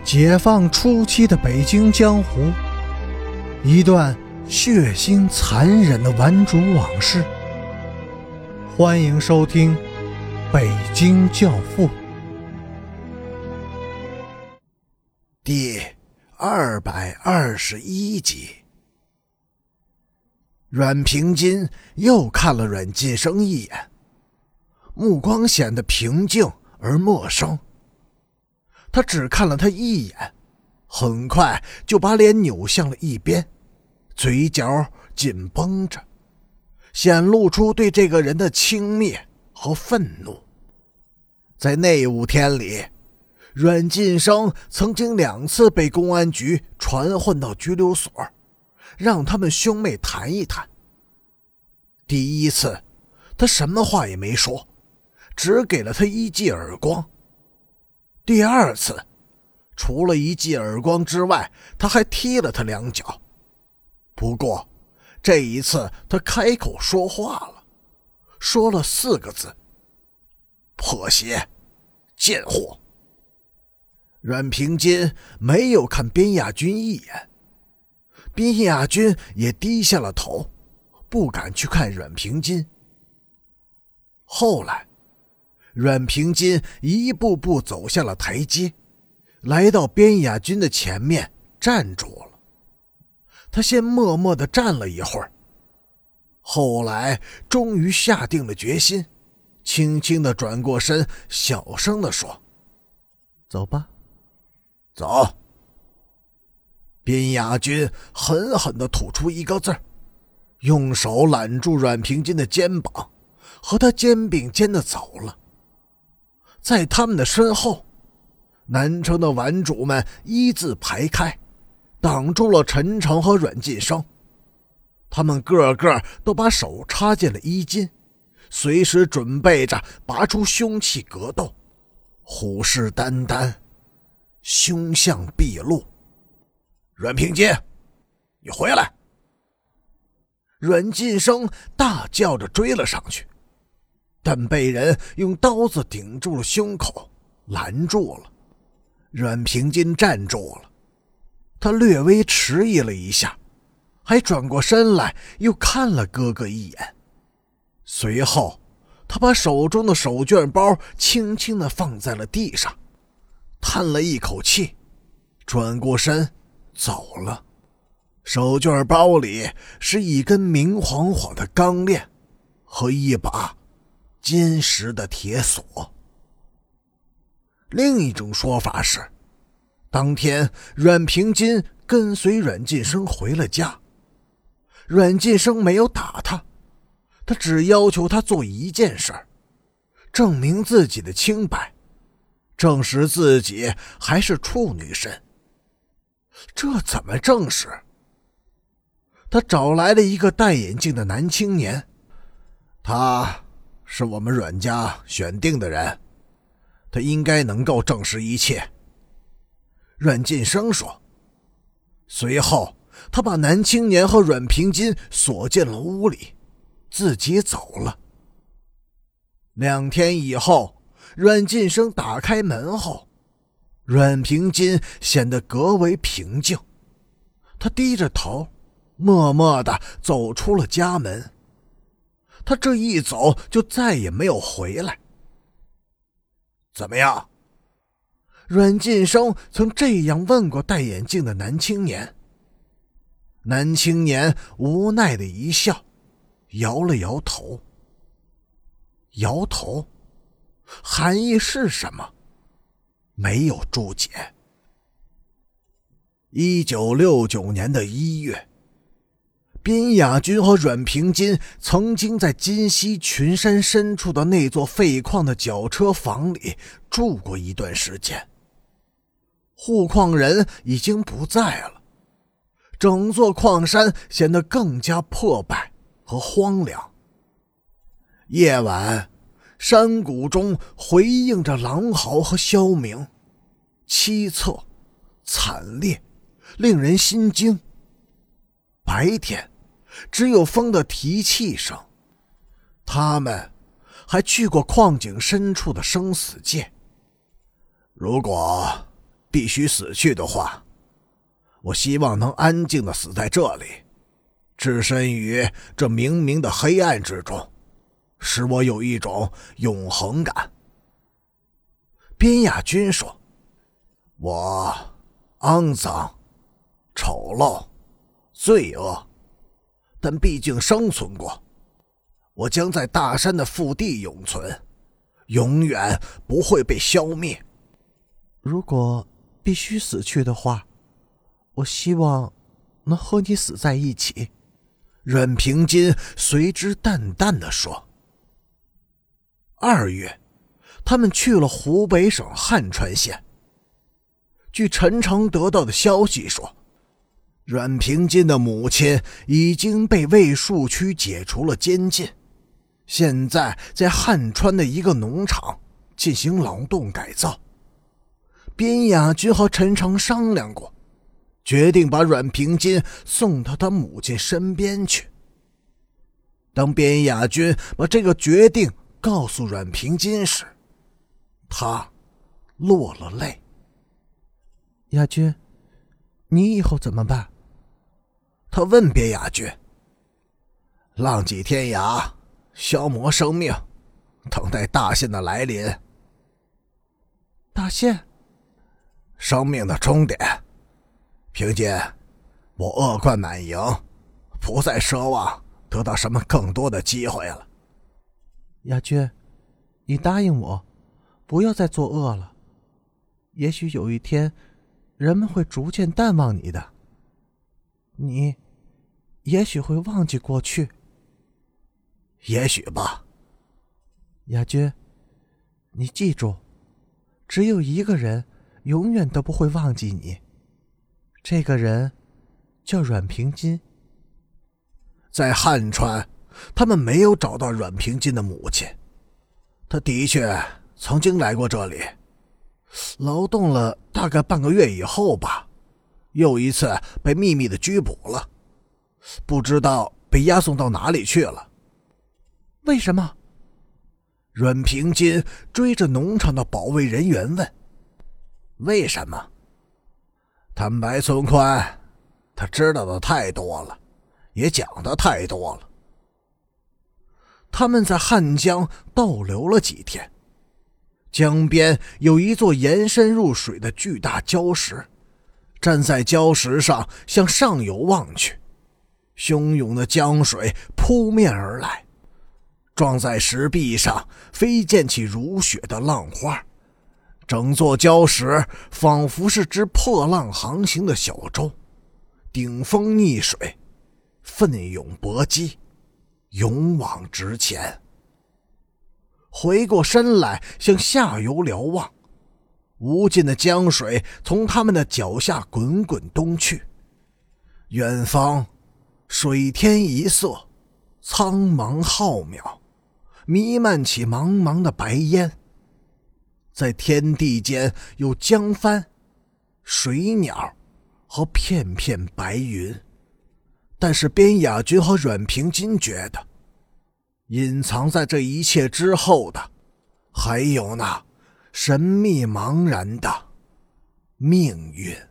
解放初期的北京江湖，一段血腥残忍的顽主往事。欢迎收听《北京教父》 第221集。阮平金又看了阮晋生一眼，目光显得平静而陌生。他只看了他一眼，很快就把脸扭向了一边，嘴角紧绷着，显露出对这个人的轻蔑和愤怒。在那5天里，阮晋生曾经2次被公安局传唤到拘留所，让他们兄妹谈一谈。第一次，他什么话也没说，只给了他1记耳光。第2次，除了1记耳光之外，他还踢了他2脚。不过这一次他开口说话了，说了4个字：破鞋，贱货。阮平金没有看边亚军一眼，边亚军也低下了头，不敢去看阮平金。后来阮平金一步步走下了台阶，来到边亚军的前面站住了。他先默默地站了一会儿，后来终于下定了决心，轻轻地转过身，小声地说： 走吧。 走。边亚军狠狠地吐出1个字，用手揽住阮平金的肩膀，和他肩并肩地走了。在他们的身后，南城的顽主们一字排开，挡住了陈诚和阮晋生。他们个个都把手插进了衣襟，随时准备着拔出凶器格斗，虎视眈眈，凶相毕露。阮平金，你回来！阮晋生大叫着追了上去，但被人用刀子顶住了胸口，拦住了。阮平金站住了，他略微迟疑了一下，还转过身来又看了哥哥一眼。随后他把手中的手绢包轻轻地放在了地上，叹了一口气，转过身走了。手绢包里是一根明晃晃的钢链和一把金石的铁锁。另一种说法是，当天阮平金跟随阮晋生回了家，阮晋生没有打他，他只要求他做一件事，证明自己的清白，证实自己还是处女身。这怎么证实？他找来了一个戴眼镜的男青年，他是我们阮家选定的人，他应该能够证实一切。阮晋生说。随后他把男青年和阮平金锁进了屋里，自己走了。2天以后，阮晋生打开门后，阮平金显得格为平静，他低着头默默地走出了家门。他这一走就再也没有回来。怎么样？阮晋生曾这样问过戴眼镜的男青年。男青年无奈地一笑，摇了摇头。摇头，含义是什么？没有注解。1969年的1月，边亚军和阮平金曾经在金溪群山深处的那座废矿的绞车房里住过一段时间。护矿人已经不在了，整座矿山显得更加破败和荒凉。夜晚，山谷中回应着狼嚎和哮鸣，凄恻、惨烈，令人心惊。白天只有风的提气声。他们还去过矿井深处的生死界。如果必须死去的话，我希望能安静地死在这里，置身于这冥冥的黑暗之中，使我有一种永恒感。边亚军说：我肮脏、丑陋、罪恶，但毕竟生存过，我将在大山的腹地永存，永远不会被消灭。 如果必须死去的话，我希望能和你死在一起。 阮平金随之淡淡地说。2月，他们去了湖北省汉川县。据陈诚得到的消息说，阮平金的母亲已经被卫戍区解除了监禁，现在在汉川的一个农场进行劳动改造。边亚军和陈诚商量过，决定把阮平金送到他母亲身边去。当边亚军把这个决定告诉阮平金时，他落了泪。 亚军，你以后怎么办？ 他问边亚军。浪迹天涯，消磨生命，等待大限的来临。 大限？ 生命的终点。平金，我恶贯满盈，不再奢望得到什么更多的机会了。 亚军，你答应我，不要再作恶了。也许有一天，人们会逐渐淡忘你的。你也许会忘记过去。 也许吧。 亚军，你记住，只有一个人永远都不会忘记你，这个人叫阮平金。 在汉川，他们没有找到阮平金的母亲。他的确曾经来过这里，劳动了大概半个月以后吧，又一次被秘密的拘捕了，不知道被押送到哪里去了。 为什么？ 阮平金追着农场的保卫人员问。为什么？坦白从宽，他知道的太多了，也讲的太多了。他们在汉江逗留了几天，江边有一座延伸入水的巨大礁石，站在礁石上向上游望去，汹涌的江水扑面而来，撞在石壁上，飞溅起如雪的浪花。整座礁石仿佛是只破浪航行的小舟，顶风逆水，奋勇搏击，勇往直前。回过身来向下游瞭望，无尽的江水从他们的脚下滚滚东去，远方水天一色，苍茫浩渺，弥漫起茫茫的白烟。在天地间有江帆、水鸟和片片白云，但是边亚军和阮平金觉得，隐藏在这一切之后的，还有那神秘茫然的命运。